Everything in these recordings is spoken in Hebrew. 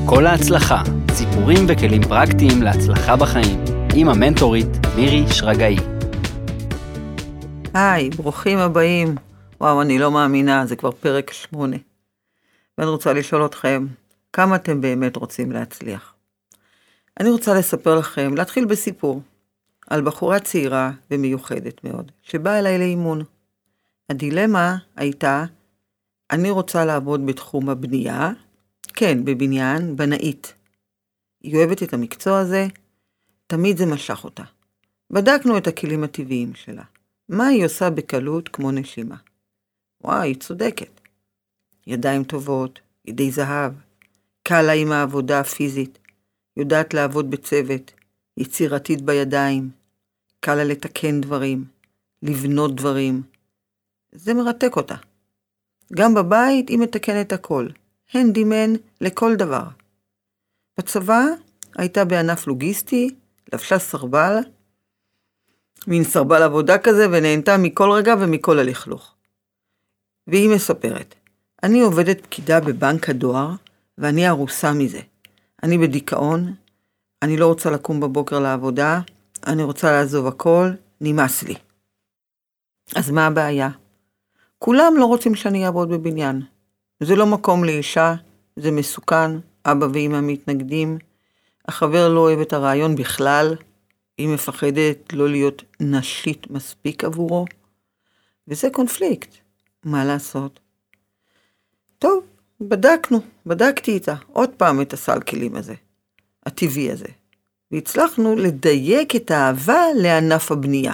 כל ההצלחה, סיפורים וכלים פרקטיים להצלחה בחיים, עם המנטורית מירי שרגאי. היי, ברוכים הבאים. וואו, אני לא מאמינה, זה כבר פרק 8. ואני רוצה לשאול אתכם, כמה אתם באמת רוצים להצליח? אני רוצה לספר לכם, להתחיל בסיפור, על בחורה צעירה ומיוחדת מאוד, שבאה אליי לאימון. הדילמה הייתה, אני רוצה לעבוד בתחום הבנייה, כן, בבניין, בנאית. היא אוהבת את המקצוע הזה, תמיד זה משך אותה. בדקנו את הכלים הטבעיים שלה. מה היא עושה בקלות כמו נשימה? וואי, היא צודקת. ידיים טובות, ידי זהב, קל לה עם העבודה הפיזית, יודעת לעבוד בצוות, יצירתית בידיים, קל לה לתקן דברים, לבנות דברים. זה מרתק אותה. גם בבית היא מתקנת הכל, הנדימן לכל דבר. בצבא הייתה בענף לוגיסטי, לבשה סרבל, מין סרבל עבודה כזה, ונהנתה מכל רגע ומכל הלכלוך. והיא מספרת, אני עובדת פקידה בבנק הדואר, ואני ארוסה מזה. אני בדיכאון, אני לא רוצה לקום בבוקר לעבודה, אני רוצה לעזוב הכל, נמאס לי. אז מה הבעיה? כולם לא רוצים שאני אעבוד בבניין. זה לא מקום לאישה, זה מסוכן, אבא ואמא מתנגדים, החבר לא אוהב את הרעיון בכלל, היא מפחדת לא להיות נשית מספיק עבורו, וזה קונפליקט. מה לעשות? טוב, בדקתי איתה עוד פעם את הסל כלים הזה, הטבעי הזה, והצלחנו לדייק את האהבה לענף הבנייה.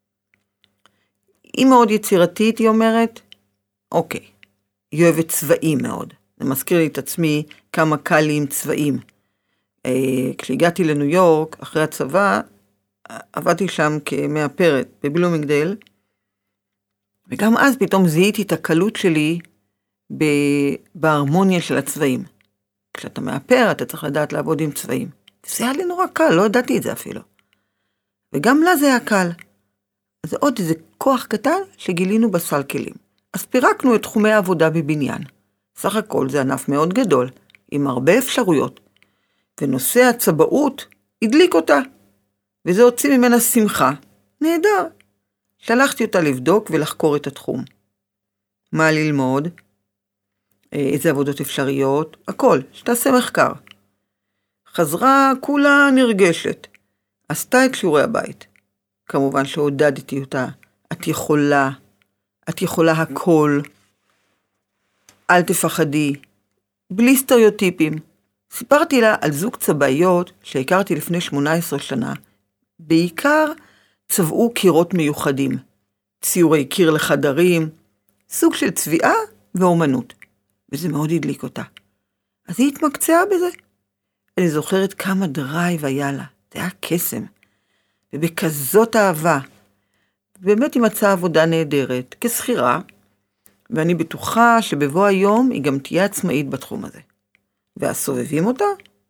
היא מאוד יצירתית, היא אומרת, אוקיי, היא אוהבת צבעים מאוד. זה מזכיר לי את עצמי כמה קל לי עם צבעים. כשהגעתי לניו יורק, אחרי הצבא, עבדתי שם כמאפרת בבלומינגדל, וגם אז פתאום זיהיתי את הקלות שלי בהרמוניה של הצבעים. כשאתה מאפר, אתה צריך לדעת לעבוד עם צבעים. זה היה לי נורא קל, לא ידעתי את זה אפילו. וגם לה זה היה קל. אז עוד איזה כוח קטן שגילינו בסל כלים. אז פירקנו את תחומי העבודה בבניין. סך הכל זה ענף מאוד גדול, עם הרבה אפשרויות. ונושא הצבאות הדליק אותה. וזה הוציא ממנה שמחה. נהדר. שלחתי אותה לבדוק ולחקור את התחום. מה ללמוד? איזה עבודות אפשריות? הכל, שתעשה מחקר. חזרה כולה נרגשת. עשתה את שיעורי הבית. כמובן שהודדתי אותה. את יכולה הכל. אל תפחדי. בלי סטריאוטיפים. סיפרתי לה על זוג צבאיות שהכרתי לפני 18 שנה. בעיקר צבעו קירות מיוחדים. ציורי קיר לחדרים. סוג של צביעה ואומנות. וזה מאוד הדליק אותה. אז היא התמקצעה בזה. אני זוכרת כמה דרייב היה לה. זה היה קסם. ובכזאת אהבה. באמת היא מצאה עבודה נהדרת, כסחירה, ואני בטוחה שבבוא היום היא גם תהיה עצמאית בתחום הזה. והסובבים אותה?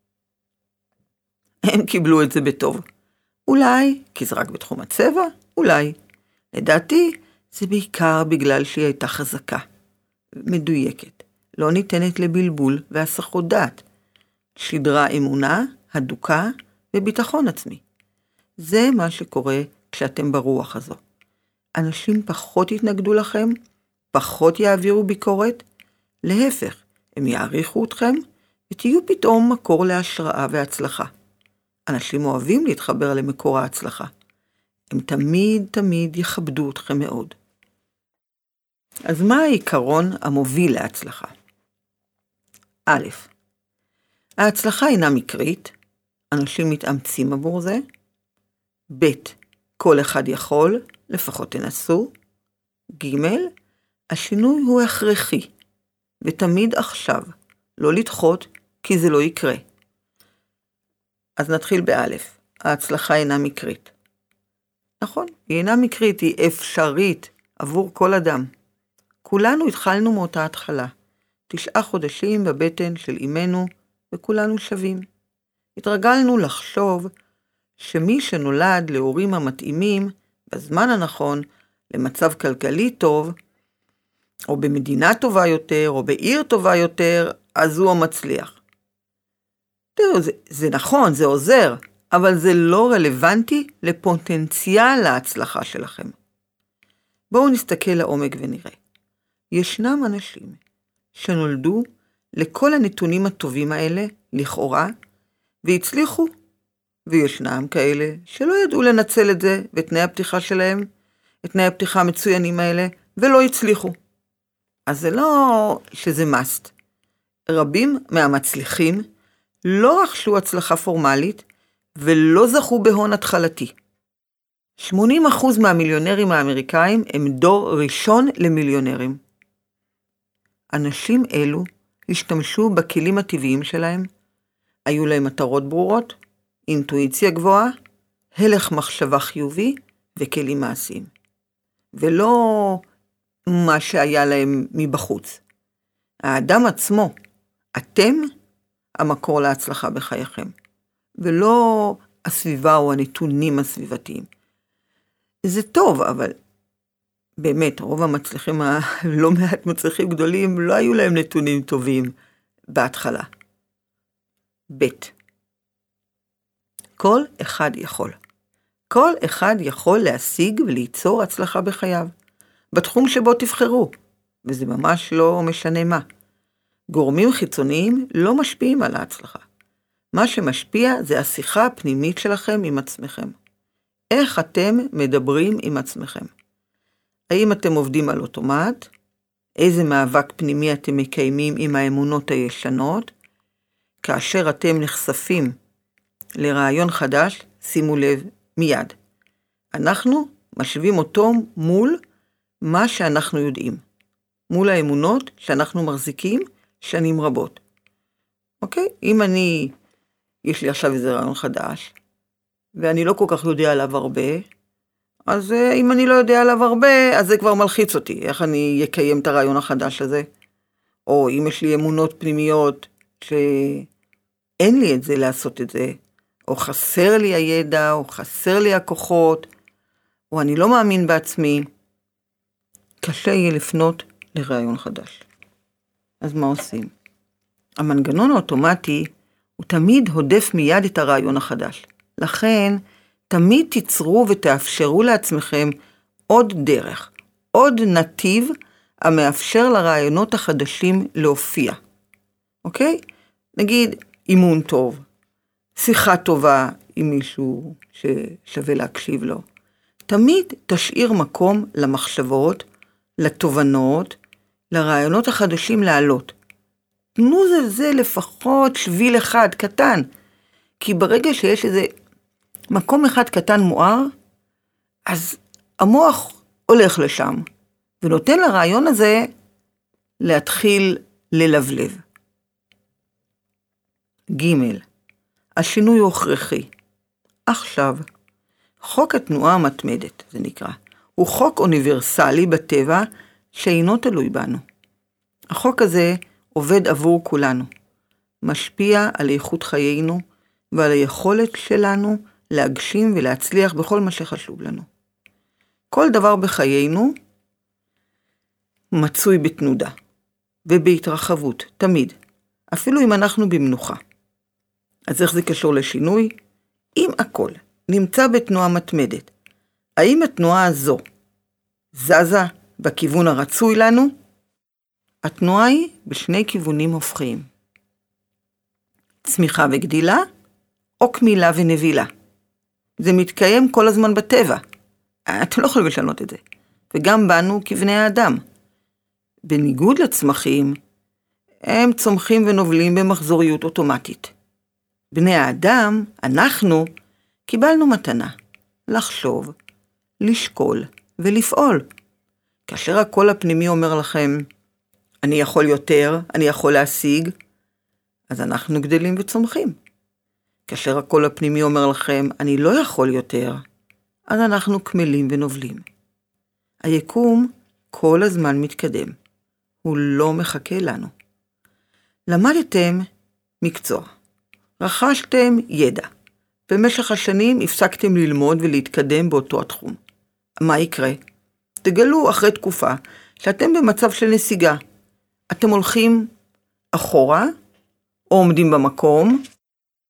הם קיבלו את זה בטוב. אולי, כי זה רק בתחום הצבע, אולי. לדעתי, זה בעיקר בגלל שהיא הייתה חזקה, מדויקת, לא ניתנת לבלבול והסחות דעת. שדרה אמונה, הדוקה וביטחון עצמי. זה מה שקורה כשאתם ברוח הזו. אנשים פחות יתנגדו לכם, פחות יעבירו ביקורת, להפך, הם יעריכו אתכם ותהיו פתאום מקור להשראה והצלחה. אנשים אוהבים להתחבר למקור ההצלחה. הם תמיד יכבדו אתכם מאוד. אז מה העיקרון המוביל להצלחה? א', ההצלחה אינה מקרית, אנשים מתאמצים עבור זה. ב', כל אחד יכול, לפחות תנסו. ג', השינוי הוא הכרחי, ותמיד עכשיו, לא לדחות, כי זה לא יקרה. אז נתחיל באלף, ההצלחה אינה מקרית. נכון, היא אינה מקרית, היא אפשרית עבור כל אדם. כולנו התחלנו מאותה התחלה, 9 חודשים בבטן של אמנו, וכולנו שווים. התרגלנו לחשוב שמי שנולד להורים המתאימים, בזמן הנכון, למצב כלכלי טוב, או במדינה טובה יותר, או בעיר טובה יותר, אז הוא המצליח. תראו, זה נכון, זה עוזר, אבל זה לא רלוונטי לפוטנציאל ההצלחה שלכם. בואו נסתכל לעומק ונראה. ישנם אנשים שנולדו לכל הנתונים הטובים האלה, לכאורה, והצליחו, וישנם כאלה שלא ידעו לנצל את זה, ואת תנאי הפתיחה שלהם, את תנאי הפתיחה המצוינים האלה, ולא הצליחו. אז זה לא שזה must. רבים מהמצליחים לא רכשו הצלחה פורמלית, ולא זכו בהון התחלתי. 80% מהמיליונרים האמריקאים הם דור ראשון למיליונרים. אנשים אלו השתמשו בכלים הטבעיים שלהם, היו להם מטרות ברורות, אינטואיציה גבוהה, הלך מחשבה חיובי וכלים מעשיים. ולא מה שהיה להם מבחוץ. האדם עצמו, אתם המקור להצלחה בחייכם, ולא הסביבה או הנתונים הסביבתיים. זה טוב, אבל באמת, רוב המצליחים, לא מעט מצליחים גדולים, לא היו להם נתונים טובים בהתחלה. ב' כל אחד יכול. כל אחד יכול להשיג וליצור הצלחה בחייו, בתחום שבו תבחרו, וזה ממש לא משנה מה. גורמים חיצוניים לא משפיעים על ההצלחה. מה שמשפיע זה השיחה הפנימית שלכם עם עצמכם. איך אתם מדברים עם עצמכם? האם אתם עובדים על אוטומט? איזה מאבק פנימי אתם מקיימים עם האמונות הישנות? כאשר אתם נחשפים לרעיון חדש, שימו לב מיד. אנחנו משווים אותו מול מה שאנחנו יודעים. מול האמונות שאנחנו מחזיקים שנים רבות. אוקיי? אם יש לי עכשיו איזה רעיון חדש, ואני לא כל כך יודע עליו הרבה, אז אם אני לא יודע עליו הרבה, אז זה כבר מלחיץ אותי. איך אני אקיים את הרעיון החדש הזה? או אם יש לי אמונות פנימיות שאין לי את זה לעשות את זה, או חסר לי הידע, או חסר לי הכוחות, או אני לא מאמין בעצמי, קשה יהיה לפנות לרעיון חדש. אז מה עושים? המנגנון האוטומטי הוא תמיד הודף מיד את הרעיון החדש. לכן, תמיד תיצרו ותאפשרו לעצמכם עוד דרך, עוד נתיב המאפשר לרעיונות החדשים להופיע. אוקיי? נגיד, אימון טוב, שיחה טובה עם מישהו ששווה להקשיב לו. תמיד תשאיר מקום למחשבות, לתובנות, לרעיונות החדשים לעלות. תנו זה לפחות שביל אחד קטן, כי ברגע שיש איזה מקום אחד קטן מואר, אז המוח הולך לשם, ונותן לרעיון הזה להתחיל ללבלב. ג' השינוי הוא הכרחי. עכשיו, חוק התנועה המתמדת, זה נקרא, הוא חוק אוניברסלי בטבע שאינו תלוי בנו. החוק הזה עובד עבור כולנו, משפיע על איכות חיינו ועל היכולת שלנו להגשים ולהצליח בכל מה שחשוב לנו. כל דבר בחיינו מצוי בתנודה ובהתרחבות, תמיד, אפילו אם אנחנו במנוחה. אז איך זה קשור לשינוי? אם הכל נמצא בתנועה מתמדת, האם התנועה הזו זזה בכיוון הרצוי לנו? התנועה היא בשני כיוונים הופכיים. צמיחה וגדילה, או כמילה ונבילה. זה מתקיים כל הזמן בטבע. אתם לא יכולים לשנות את זה. וגם בנו כבני האדם. בניגוד לצמחים, הם צומחים ונובלים במחזוריות אוטומטית. בני האדם, אנחנו, קיבלנו מתנה. לחשוב, לשקול ולפעול. כאשר הקול הפנימי אומר לכם, אני יכול יותר, אני יכול להשיג, אז אנחנו גדלים וצומחים. כאשר הקול הפנימי אומר לכם, אני לא יכול יותר, אז אנחנו קמלים ונובלים. היקום כל הזמן מתקדם. הוא לא מחכה לנו. למדתם מקצוע. רכשתם ידע. במשך השנים הפסקתם ללמוד ולהתקדם באותו התחום. מה יקרה? תגלו אחרי תקופה שאתם במצב של נסיגה. אתם הולכים אחורה, או עומדים במקום,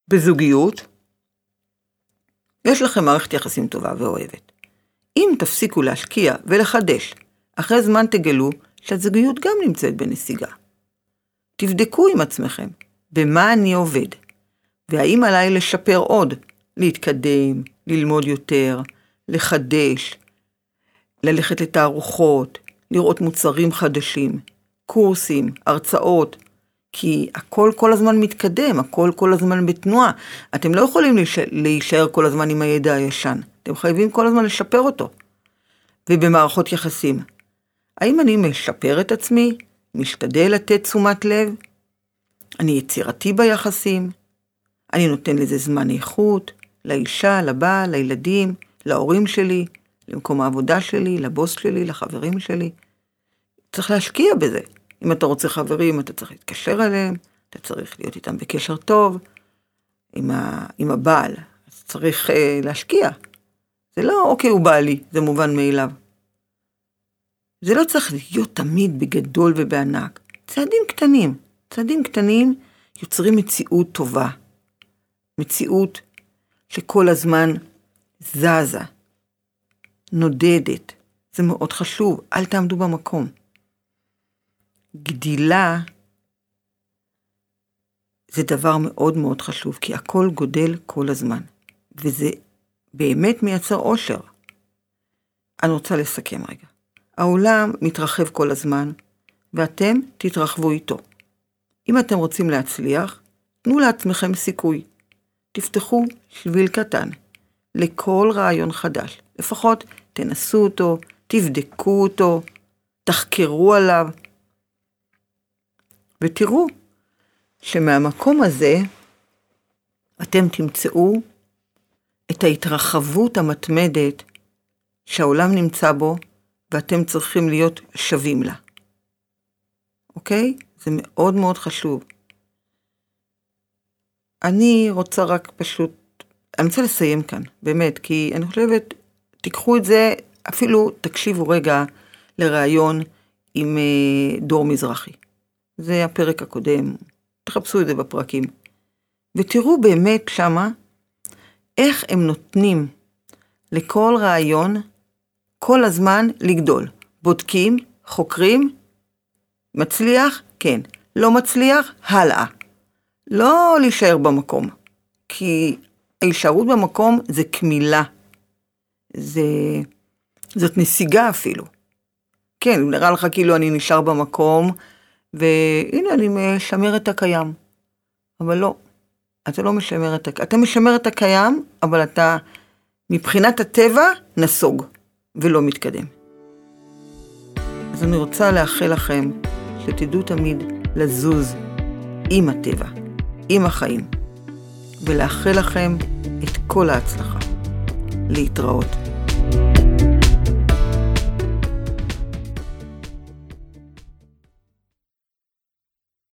בזוגיות, יש לכם מערכת יחסים טובה ואוהבת. אם תפסיקו להשקיע ולחדש, אחרי זמן תגלו שהזוגיות גם נמצאת בנסיגה. תבדקו עם עצמכם, במה אני עובד, והאם עליי לשפר עוד, להתקדם, ללמוד יותר, לחדש, ללכת לתערוכות, לראות מוצרים חדשים, קורסים, הרצאות, כי הכל כל הזמן מתקדם, הכל כל הזמן בתנועה. אתם לא יכולים להישאר כל הזמן עם הידע הישן, אתם חייבים כל הזמן לשפר אותו. ובמערכות יחסים, האם אני משפר את עצמי, משתדל לתת תשומת לב, אני יצירתי ביחסים, אני נותן לזה זמן איכות, לאישה, לבעל, לילדים, להורים שלי, למקום העבודה שלי, לבוס שלי, לחברים שלי. צריך להשקיע בזה. אם אתה רוצה חברים, אתה צריך להתקשר אליהם, אתה צריך להיות איתם בקשר טוב, עם הבעל, אז צריך להשקיע. זה לא, אוקיי, הוא בא לי, זה מובן מאליו. זה לא צריך להיות תמיד בגדול ובענק. צעדים קטנים יוצרים מציאות טובה. מציאות שכל הזמן זזה, נודדת. זה מאוד חשוב, אל תעמדו במקום. גדילה זה דבר מאוד מאוד חשוב, כי הכל גודל כל הזמן, וזה באמת מייצר אושר. אני רוצה לסכם רגע. העולם מתרחב כל הזמן, ואתם תתרחבו איתו. אם אתם רוצים להצליח, תנו לעצמכם סיכוי. תפתחו שביל קטן לכל רעיון חדש. לפחות תנסו אותו, תבדקו אותו, תחקרו עליו, ותראו שמהמקום הזה אתם תמצאו את ההתרחבות המתמדת שהעולם נמצא בו, ואתם צריכים להיות שווים לה. אוקיי? זה מאוד מאוד חשוב. אני רוצה רק פשוט, אני רוצה לסיים כאן, באמת, כי אני חושבת, תיקחו את זה, אפילו תקשיבו רגע לראיון עם דור מזרחי. זה הפרק הקודם, תחפשו את זה בפרקים. ותראו באמת שמה, איך הם נותנים לכל רעיון, כל הזמן לגדול. בודקים, חוקרים, מצליח? כן. לא מצליח? הלאה. לא להישאר במקום. כי ההישארות במקום זה כמילה. זאת נסיגה אפילו. כן, נראה לך כאילו אני נשאר במקום, והנה אני משמר את הקיים. אבל לא. אתה לא משמר את הקיים. אתה משמר את הקיים, אבל אתה מבחינת הטבע נסוג, ולא מתקדם. אז אני רוצה לאחל לכם שתדעו תמיד לזוז עם הטבע, עם החיים, ולאחל לכם את כל ההצלחה. להתראות.